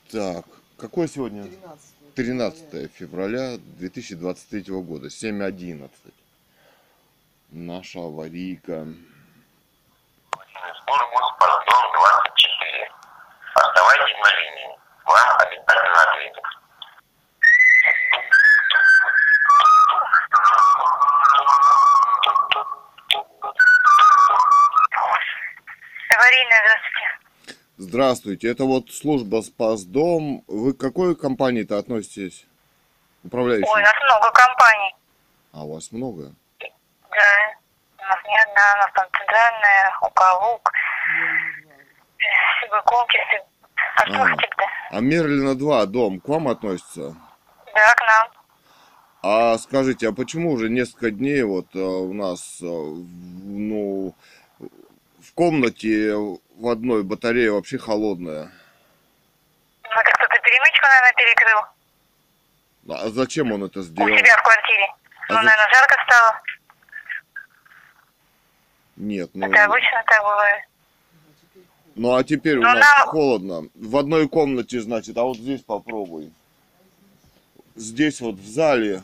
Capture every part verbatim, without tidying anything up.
Так, какое сегодня? тринадцатое февраля две тысячи двадцать третьего года, семь одиннадцать. Наша аварийка. Службу «Спасдом двадцать четыре». Оставайтесь на линии. Вам обязательно ответят. Аварийная, здравствуйте. Здравствуйте, это вот служба «Спасдом». Вы к какой компании-то относитесь? Управляющей? Ой, у нас много компаний. А у вас много? Да. У нас не одна, у нас там центральная, Уколук, Сибыкомки. А что вы хотите-то? А Мерлина два дом к вам относится? Да, к нам. А скажите, а почему уже несколько дней вот а, у нас, а, ну, в комнате в одной батарее вообще холодная? Ну, это кто-то перемычку, наверное, перекрыл. А зачем он это сделал? У себя в квартире. А Ну, за- наверное, жарко стало. Нет, ну, Это обычно так бывает. ну а теперь у Ну, нас нам- холодно. В одной комнате, значит, а вот здесь попробуй. Здесь вот в зале,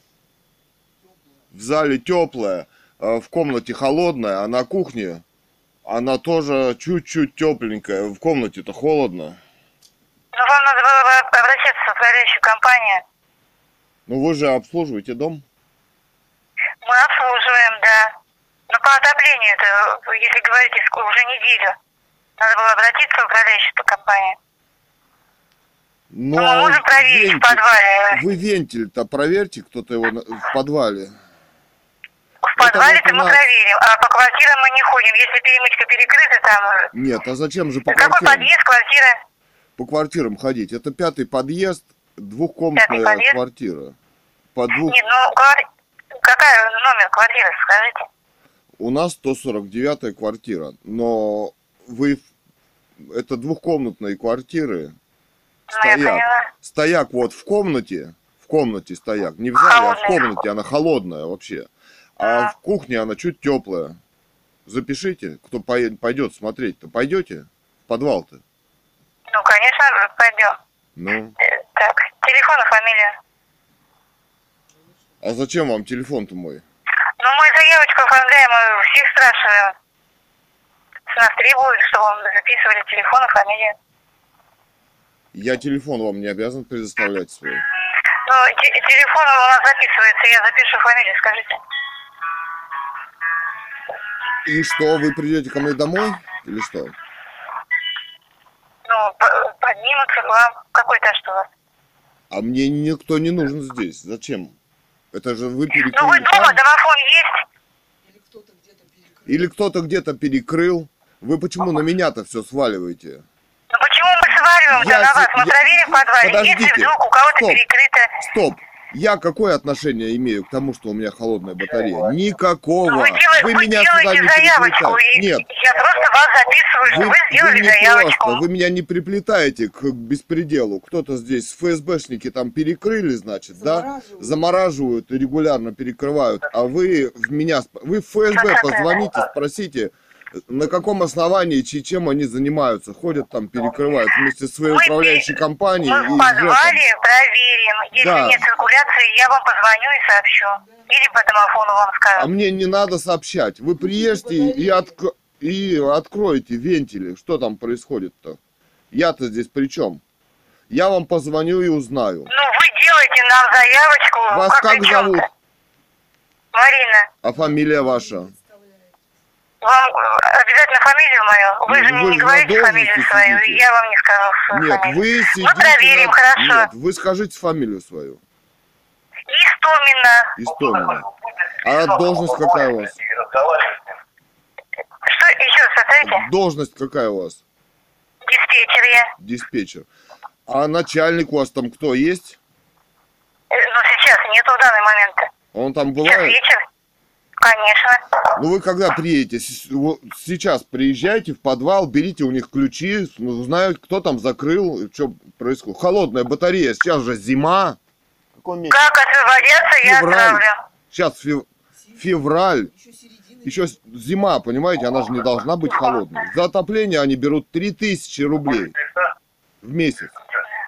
в зале теплая, а в комнате холодная, а на кухне она тоже чуть-чуть тепленькая. В комнате-то холодно. Ну, вам надо было бы обращаться в управляющую компанию. Ну вы же обслуживаете дом? Мы обслуживаем, да. Но по отоплению, это, если говорить, ск- уже неделю. Надо было обратиться в управляющую компанию. Ну, Ну, мы а можем проверить в вентиль- подвале. Вы вентиль-то проверьте, кто-то его на- в подвале. В подвале-то вот у мы нас- проверим, а по квартирам мы не ходим. Если перемычка перекрыта, там... Нет, а зачем же по Какой квартирам? подъезд, квартира? По квартирам ходить. Это пятый подъезд, двухкомнатная Пятый подъезд? квартира. По двух... Нет, ну, квар- какая номер квартиры, скажите? У нас сто сорок девятая квартира, но вы... в- Это двухкомнатные квартиры. Ну, я Стояк. поняла. Стояк вот в комнате, в комнате стояк. Не в зале, а в Холодная. комнате. Она холодная вообще. А в кухне она чуть теплая. Запишите, кто поед- пойдет смотреть-то. Пойдете в подвал-то? Ну, конечно, пойдем. Ну. Э, Так, телефон и фамилия. А зачем вам телефон-то мой? Ну, мы заявочку оформляем, мы всех спрашиваем. С нас требуют, чтобы мы записывали телефон и фамилию. Я телефон вам не обязан предоставлять свой. Ну, те- телефон у нас записывается, я запишу фамилию, скажите. И что, вы придете ко мне домой? Или что? Ну, п- поднимутся к вам. Какой этаж у вас? А мне никто не нужен здесь. Зачем? Это же вы перекрыли. Ну, вы дома, там. домофон есть? Или кто-то где-то перекрыл. Вы почему на меня-то все сваливаете? Ну, почему мы сваливаем-то Я на вас? зе- Мы я- проверим в подвале. Подождите. Если вдруг у кого-то Стоп. перекрыто... Стоп! Я какое отношение имею к тому, что у меня холодная батарея? Никакого! Ну, вы, делаете, Вы вы меня сюда делаете не заявочку, приплетаете. и Нет. я просто вас записываю, что Вы, вы сделали вы не заявочку. просто, вы меня не приплетаете к беспределу. Кто-то здесь, ФСБшники там перекрыли, значит, да? Замораживают и регулярно перекрывают. А вы в меня, сп- вы в ФСБ позвоните, спросите, на каком основании, чи- чем они занимаются. Ходят там, перекрывают вместе с своей Мы управляющей пи- компанией. Мы и в ЖЭКом. подвале проверим. Если Да. нет циркуляции, я вам позвоню и сообщу. Или по домофону вам А скажу. мне не надо сообщать. Вы приедете и, отк- и откроете вентили. Что там происходит-то? Я-то здесь при чем? Я вам позвоню и узнаю. Ну, вы делаете нам заявочку. Вас как как при чём-то? зовут? Марина. А фамилия ваша? Вам обязательно фамилию мою? Вы Ну, же мне вы не же на говорите фамилию должности свою, сидите. и я вам не скажу свою Нет, фамилию. вы сидите... Мы проверим, на- хорошо. Нет, вы скажите фамилию свою. Истомина. Истомина. А должность какая у вас? Что, еще раз повторите? Должность какая у вас? Диспетчер я. Диспетчер. А начальник у вас там кто есть? Э, Ну, сейчас нету в данный момент. Он там Сейчас бывает? вечер. Конечно. Ну вы когда приедете? С- вот сейчас приезжайте в подвал, берите у них ключи, ну, узнают, кто там закрыл, что происходит. Холодная батарея, сейчас же зима. Какой месяц? Как освободятся, я Февраль. отправлю. Сейчас фев- февраль. Еще с- зима, понимаете, она же не должна быть холодной. За отопление они берут три тысячи рублей в месяц.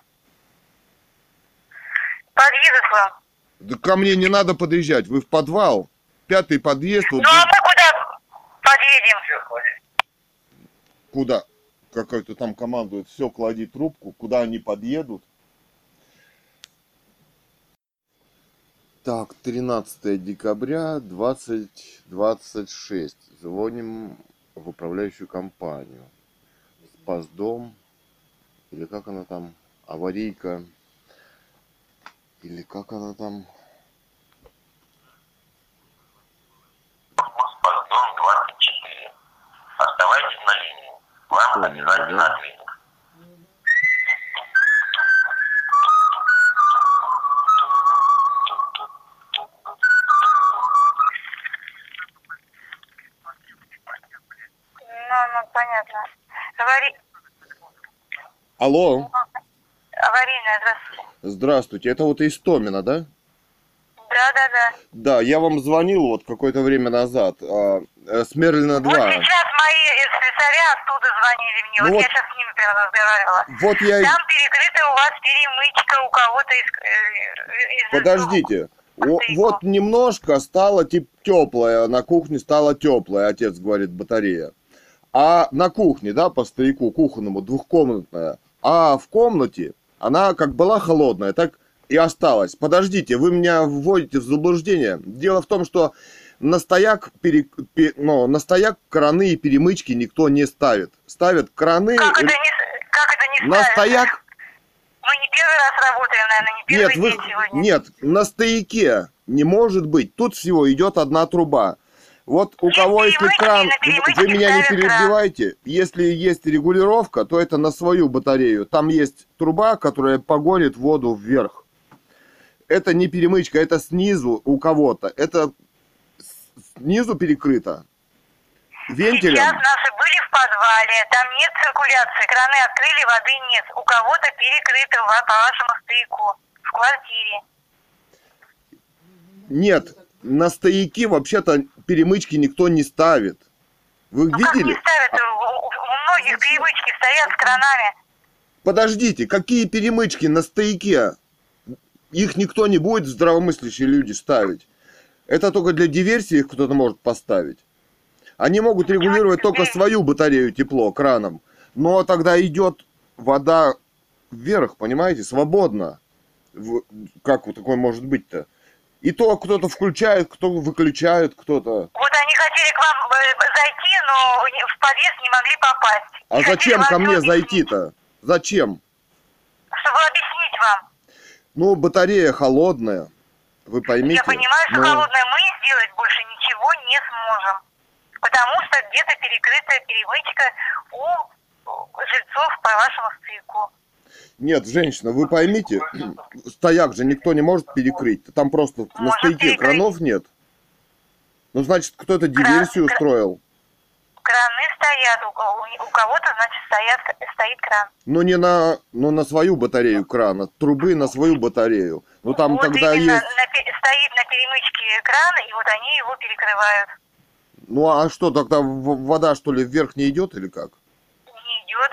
подъедут к вам. Да ко мне не надо подъезжать, вы в подвал. Пятый подъезд. Вот Ну а здесь- мы куда подъедем? Куда? Какой-то там командует. Все, клади трубку. Куда они подъедут? Так, тринадцатое декабря двадцать двадцать шесть. Звоним в управляющую компанию. Спасдом. Или как она там? Аварийка. Или как она там? Спасдом двадцать четыре. Оставайтесь на линии. Вам Понял, обязательно да? ответят. Ну, ну, понятно. Авари... Алло, Аварийная, здравствуйте. здравствуйте. Это вот Истомина, да? Да, да, да. Да, я вам звонил вот какое-то время назад. а, э, С Мерлина Вот два. сейчас мои секретаря оттуда звонили мне. Ну вот, вот- я сейчас с ними прямо разговаривала. Вот я и... Там перекрыта у вас перемычка у кого-то из... э, из Подождите. О, стояков. вот немножко стало тип теплое, на кухне стало теплое, отец говорит, батарея. А на кухне, да, по стояку кухонному, двухкомнатная. А в комнате она как была холодная, так и осталась. Подождите, вы меня вводите в заблуждение. Дело в том, что на стояк, пере, пе- ну, на стояк краны и перемычки никто не ставит. Ставят краны Как это э, не, как это не на ставится? стояк. Мы не первый раз работаем, наверное, не первый Нет, вы, день сегодня. нет, на стояке не может быть. Тут всего идет одна труба. Вот у Есть кого, если перемычки, кран, на перемычке вы меня не ставят кран. перебивайте, если есть регулировка, то это на свою батарею. Там есть труба, которая погонит воду вверх. Это не перемычка, это снизу у кого-то. Это с- снизу перекрыто вентилем. Сейчас наши были в подвале, там нет циркуляции, краны открыли, воды нет. У кого-то перекрыто ва- по вашему стояку в квартире. Нет, на стояке вообще-то перемычки никто не ставит. Вы Ну как не видели? ставят? У, у- у многих перемычки стоят с кранами. Подождите, какие перемычки на стояке? Их никто не будет, здравомыслящие люди, ставить. Это только для диверсии их кто-то может поставить. Они могут регулировать только свою батарею тепло краном. Но тогда идет вода вверх, понимаете, свободно. В- Как вот такое может быть-то? И то кто-то включает, кто выключает, кто-то. Вот они хотели к вам э, зайти, но не- в подъезд не могли попасть. А И хотели зачем вам ко мне объяснить, зайти-то? Зачем? Чтобы объяснить вам. Ну, батарея холодная. Вы поймите. Я понимаю, что Ну, холодное мы сделать больше ничего не сможем. Потому что где-то перекрытая перемычка у жильцов по вашему стояку. Нет, женщина, вы поймите, стояк же никто не может перекрыть. Там просто на Может стояке перекрыть. кранов нет. Ну, значит, кто-то диверсию кра- устроил. Краны стоят, у, кого- у кого-то, значит, стоят, стоит кран. Ну, не на, ну, на свою батарею крана, трубы на свою батарею. Ну, там вот тогда именно есть... на пе- стоит на перемычке кран, и вот они его перекрывают. Ну, а что, тогда в- вода, что ли, вверх не идет или как? Не идет.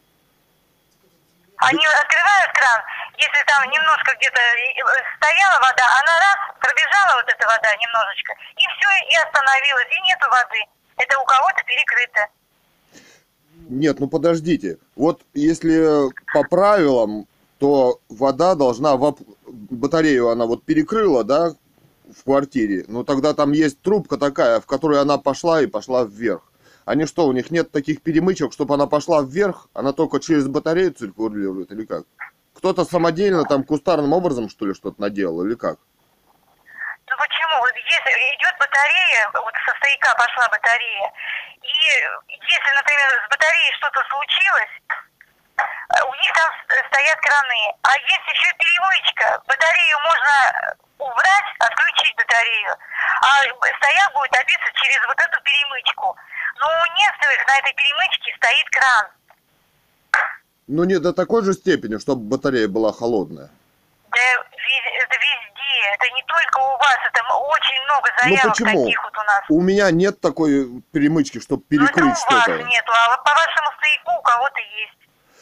Они открывают кран, если там немножко где-то и- стояла вода, она раз, пробежала вот эта вода немножечко, и все, и остановилась, и нету воды. Это у кого-то перекрыто. Нет, ну подождите. Вот если по правилам, то вода должна... В оп- батарею она вот перекрыла, да, в квартире. Ну тогда там есть трубка такая, в которой она пошла и пошла вверх. Они что, у них нет таких перемычек, чтобы она пошла вверх? Она только через батарею циркулирует или как? Кто-то самодельно там кустарным образом, что ли, что-то наделал или как? Ну почему? Вот если идет батарея, вот со стояка пошла батарея, и если, например, с батареей что-то случилось, э, у них там с- стоят краны, а есть еще перемычка, батарею можно убрать, отключить батарею, а стояк будет добиться через вот эту перемычку. Но у некоторых на этой перемычке стоит кран. Ну не до такой же степени, чтобы батарея была холодная. Да вез- это везде, это не только у вас, это м- очень много заявок Ну почему? таких вот у нас. У меня нет такой перемычки, чтобы Ну это у перекрыть вас что-то. нету, а вот по вашему стояку у кого-то есть.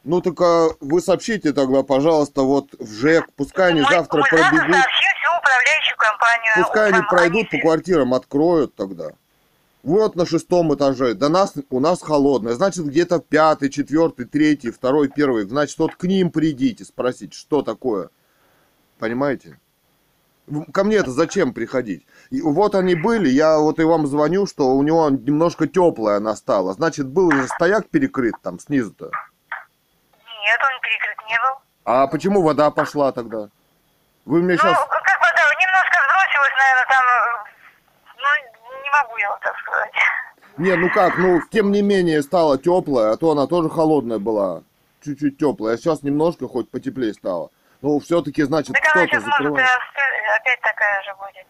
Ну так а вы сообщите тогда, пожалуйста, вот в ЖЭК, пускай они Мы, завтра мы завтра пробегут, сообщим всю управляющую компанию. пускай они Вам пройдут по они- квартирам, откроют тогда. Вот на шестом этаже, до нас, у нас холодное, значит где-то пятый, четвертый, третий, второй, первый, значит вот к ним придите спросить, что такое, понимаете? В- Ко мне-то зачем приходить? И вот они были, я вот и вам звоню, что у него немножко теплая она стала, значит был же стояк перекрыт там снизу-то. Нет, он перекрыт не был. А почему вода пошла тогда? Вы мне Ну, сейчас... как вода, немножко сбросилась, наверное, там, э, ну, не могу я вот так сказать. Не, ну как, ну тем не менее стала теплая, а то она тоже холодная была. Чуть-чуть теплая, а сейчас немножко хоть потеплее стало. Ну все-таки, значит, Так она кто-то сейчас, может, и закрывает. осты- опять такая же будет.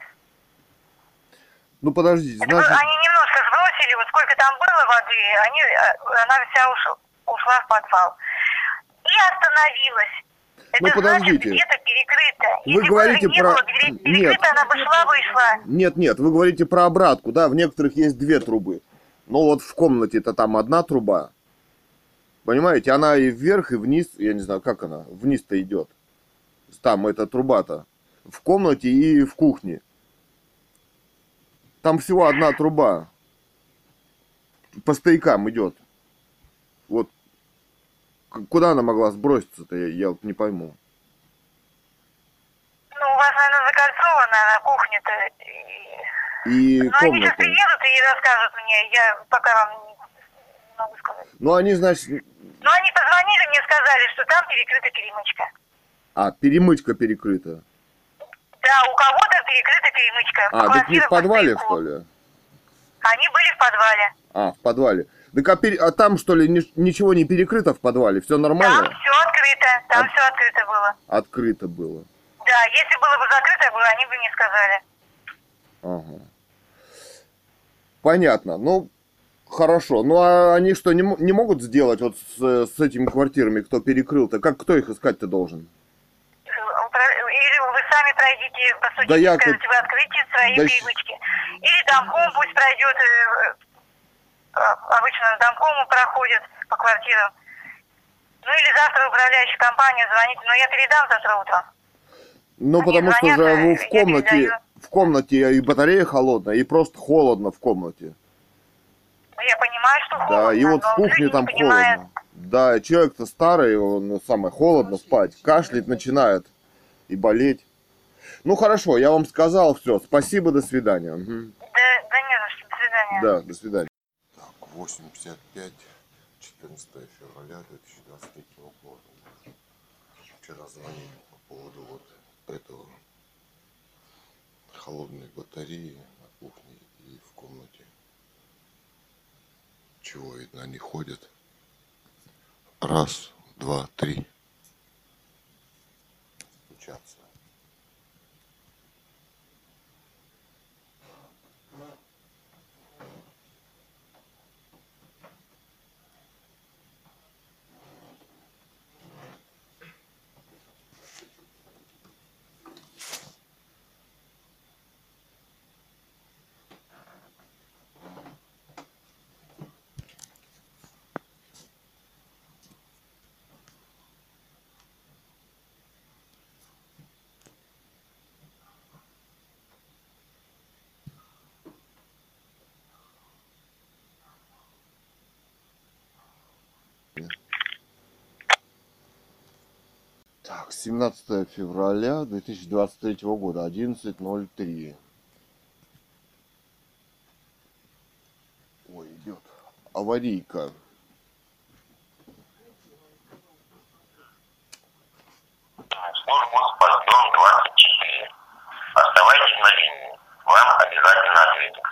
Ну подождите, Это вы- значит... они немножко сбросили, вот сколько там было воды, они, э, она вся уш- ушла в подвал. И остановилась. Это Ну, подождите. значит, где-то перекрыто. Вы Если бы говорите не про- было пере- Нет. перекрыто, она бы шла, вышла. Нет, нет, вы говорите про обратку, да, в некоторых есть две трубы. Но вот в комнате-то там одна труба. Понимаете, она и вверх, и вниз, я не знаю, как она, вниз-то идет. Там эта труба-то. В комнате и в кухне. Там всего одна труба. По стоякам идет. Вот. К- Куда она могла сброситься-то, я, я вот не пойму. Ну, у вас, наверное, закольцовано на кухне-то. И... И Ну, они сейчас комната. приедут и расскажут мне, я пока вам не могу сказать. Ну, они, значит... Но они позвонили, мне сказали, что там перекрыта перемычка. А, перемычка перекрыта. Да, у кого-то перекрыта перемычка. А, так не Квартира в подвале, по что стояку. ли? Они были в подвале. А, в подвале. Так а, пере- а там, что ли, ни- ничего не перекрыто в подвале? Все Там нормально? все открыто, там А- все открыто было. Открыто было. Да, если было бы закрыто, было, они бы мне сказали. Ага. Понятно. Ну, хорошо. Ну, а они что, не, мо- не могут сделать вот с, с этими квартирами, кто перекрыл-то? Как, кто их искать-то должен? Или вы сами пройдите, постучите, Да я скажете, как- вы открытие свои Да щ- перемычки. Или домком пусть пройдет, э, э, обычно домкому проходят по квартирам. Ну или завтра управляющая компания звонит, но я передам завтра утром. Ну, Они потому что звонят, же а в я комнате, передаю. в комнате и батарея холодная, и просто холодно в комнате. Ну, я понимаю, что холодно, Да, и вот но в кухне люди не там понимают. холодно. Да, человек-то старый, он ну, самое холодно спать, кашлять начинает и болеть. Ну хорошо, я вам сказал все. Спасибо, до свидания. Мгм. Да, да не за что, до свидания. Да, до свидания. Так, восемь пятьдесят пять, четырнадцатое февраля две тысячи двадцать третьего года. Вчера звонили по поводу вот этого холодной батареи на кухне и в комнате. Чего, видно, они ходят. Раз, два, три. Стучаться. Так, семнадцатое февраля две тысячи двадцать третьего года, одиннадцать ноль три. Ой, идет аварийка. Службу спасем двадцать четыре. Оставайтесь на линии. Вам обязательно ответят.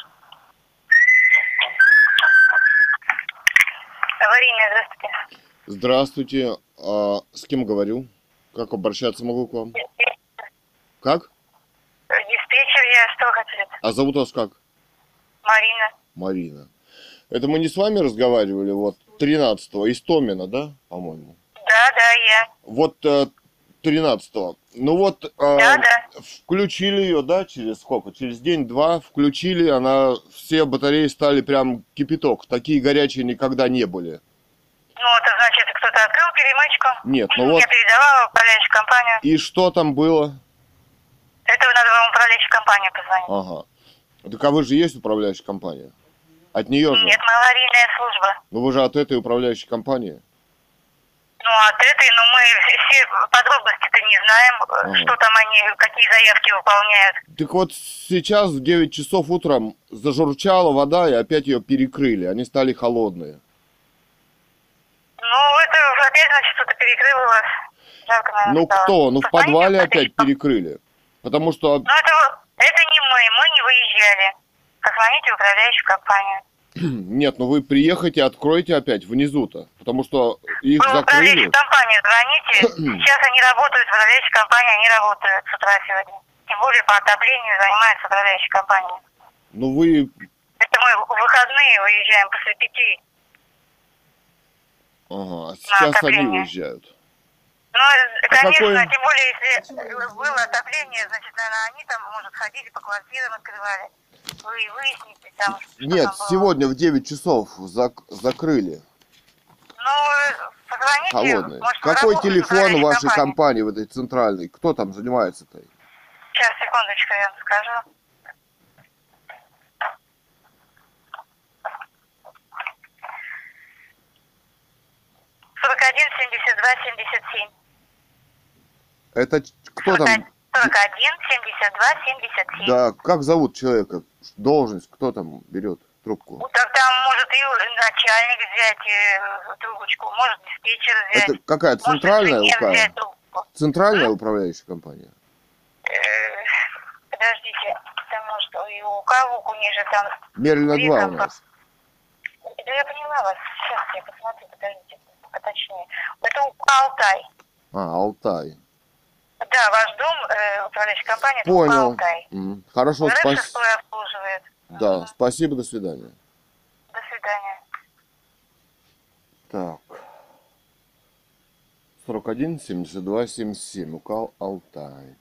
Аварийная, здравствуйте. Здравствуйте. А, с кем говорю? Как обращаться могу к вам? Как? Диспетчер я, что вы хотели? А зовут вас как? Марина. Марина. Это мы не с вами разговаривали, вот, тринадцатого, из Томина, да, по-моему? Да, да, я. Вот э, тринадцатого. Ну вот, э, Да, да. включили ее, да, через сколько? Через день-два включили, она, все батареи стали прям кипяток. Такие горячие никогда не были. Ну, это значит, кто-то открыл перемычку. Нет, ну вот... Я передавала в управляющую компанию. И что там было? Это надо вам в управляющую компанию позвонить. Ага. Так а вы же есть управляющая компания? От нее же? Нет, мы аварийная служба. Ну вы же от этой управляющей компании? Ну, от этой, ну, мы все подробности-то не знаем, Ага. что там они, какие заявки выполняют. Так вот сейчас в девять часов утром зажурчала вода и опять ее перекрыли. Они стали холодные. Ну, это опять, значит, кто-то перекрыл у вас. Жалко, наверное, Ну стало. кто? Ну в Позвоните подвале в опять управляющую. перекрыли. Потому что... Ну, это, это не мы, мы не выезжали. Позвоните в управляющую компанию. Нет, ну вы приехайте, откройте опять внизу-то. Потому что их Вы в закрыли. управляющую компанию звоните. Сейчас они работают, в управляющей компании они работают с утра сегодня. Тем более по отоплению занимается управляющая компания. Ну вы... Это мы в выходные выезжаем после пяти. Ага, сейчас они отопление. уезжают. Ну, конечно, какой- тем более, если было отопление, значит, наверное, они там, может, ходили по квартирам, открывали. Вы выясните там, что Нет, там было. сегодня в девять часов зак- закрыли. Ну, позвоните. Холодные. Может, вы Какой работаете в телефон у управляющей вашей компании? компании, в этой центральной? Кто там занимается-то? Сейчас, секундочку, я вам скажу. сорок один семьдесят два семьдесят семь. Это ч- кто там? сорок один семьдесят два семьдесят семь. Да, как зовут человека? Должность, кто там берет трубку? Ну, так там может и начальник взять э, трубочку, может диспетчер взять. Это какая, может, центральная инженер УК? взять трубку. Центральная управляющая компания? Э, Подождите, там может и у кого ниже там. Мерлина две два у компа- нас. Да я поняла вас. Сейчас я посмотрю, подождите, поточнее. Это УК Алтай. А, Алтай. Да, ваш дом, э, управляющая компания, это УК Понял. Алтай. М, Хорошо, РФ спасибо. шестой обслуживает. Да, спасибо, до свидания. До свидания. Так. сорок один семьдесят два семьдесят семь. УК Алтай.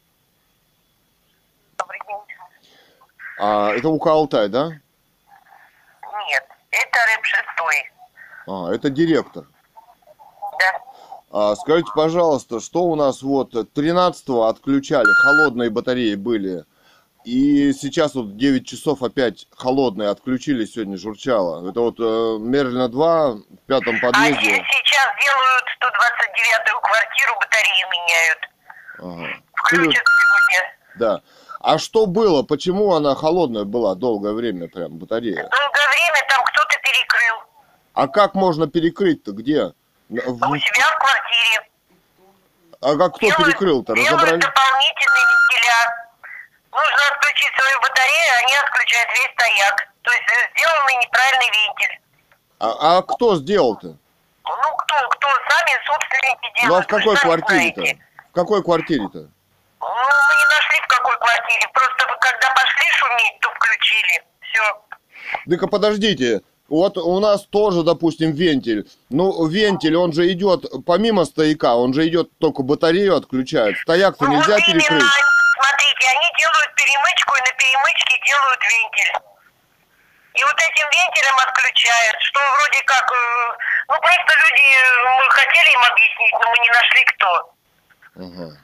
Добрый день. А, это УК Алтай, да? Нет, это РЭП шестой. А, это директор. Да. А, скажите, пожалуйста, что у нас вот тринадцатого отключали, холодные батареи были, и сейчас вот в девять часов опять холодные отключили, сегодня журчало. Это вот э, Мерлина два в пятом Они подъезде. сейчас делают сто двадцать девятую квартиру, батареи меняют. Ага. Включат сегодня. Да. А что было? Почему она холодная была долгое время, прям батарея? Долгое время там кто-то перекрыл. А как можно перекрыть-то? Где? В- У себя в квартире. А как кто Делают- перекрыл-то? Делают Разобрали? дополнительные вентиля. Нужно отключить свою батарею, они отключают весь стояк. То есть э, сделанный неправильный вентиль. А, а кто сделал-то? Ну кто, кто, сами собственники делают. Ну а в вы какой сами квартире-то? знаете. В какой квартире-то? Ну, мы не нашли в какой квартире. Просто вы когда пошли шуметь, то включили. Все. Так-ка подождите, вот у нас тоже, допустим, вентиль. Ну, вентиль, он же идет помимо стояка, он же идет только батарею отключает. Стояк-то Ну, нельзя вот именно, перекрыть. смотрите, они делают перемычку и на перемычке делают вентиль. И вот этим вентилем отключают, что вроде как, э, ну просто люди, э, мы хотели им объяснить, но мы не нашли кто. Ага.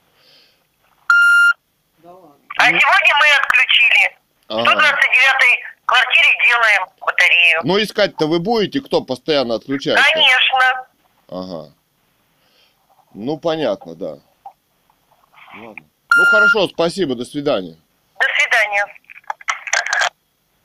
А сегодня мы отключили. В сто двадцать девятой квартире делаем батарею. Ну, искать-то вы будете, кто постоянно отключает? Конечно. Ага. Ну, понятно, да. Ладно. Ну, хорошо, спасибо, до свидания. До свидания.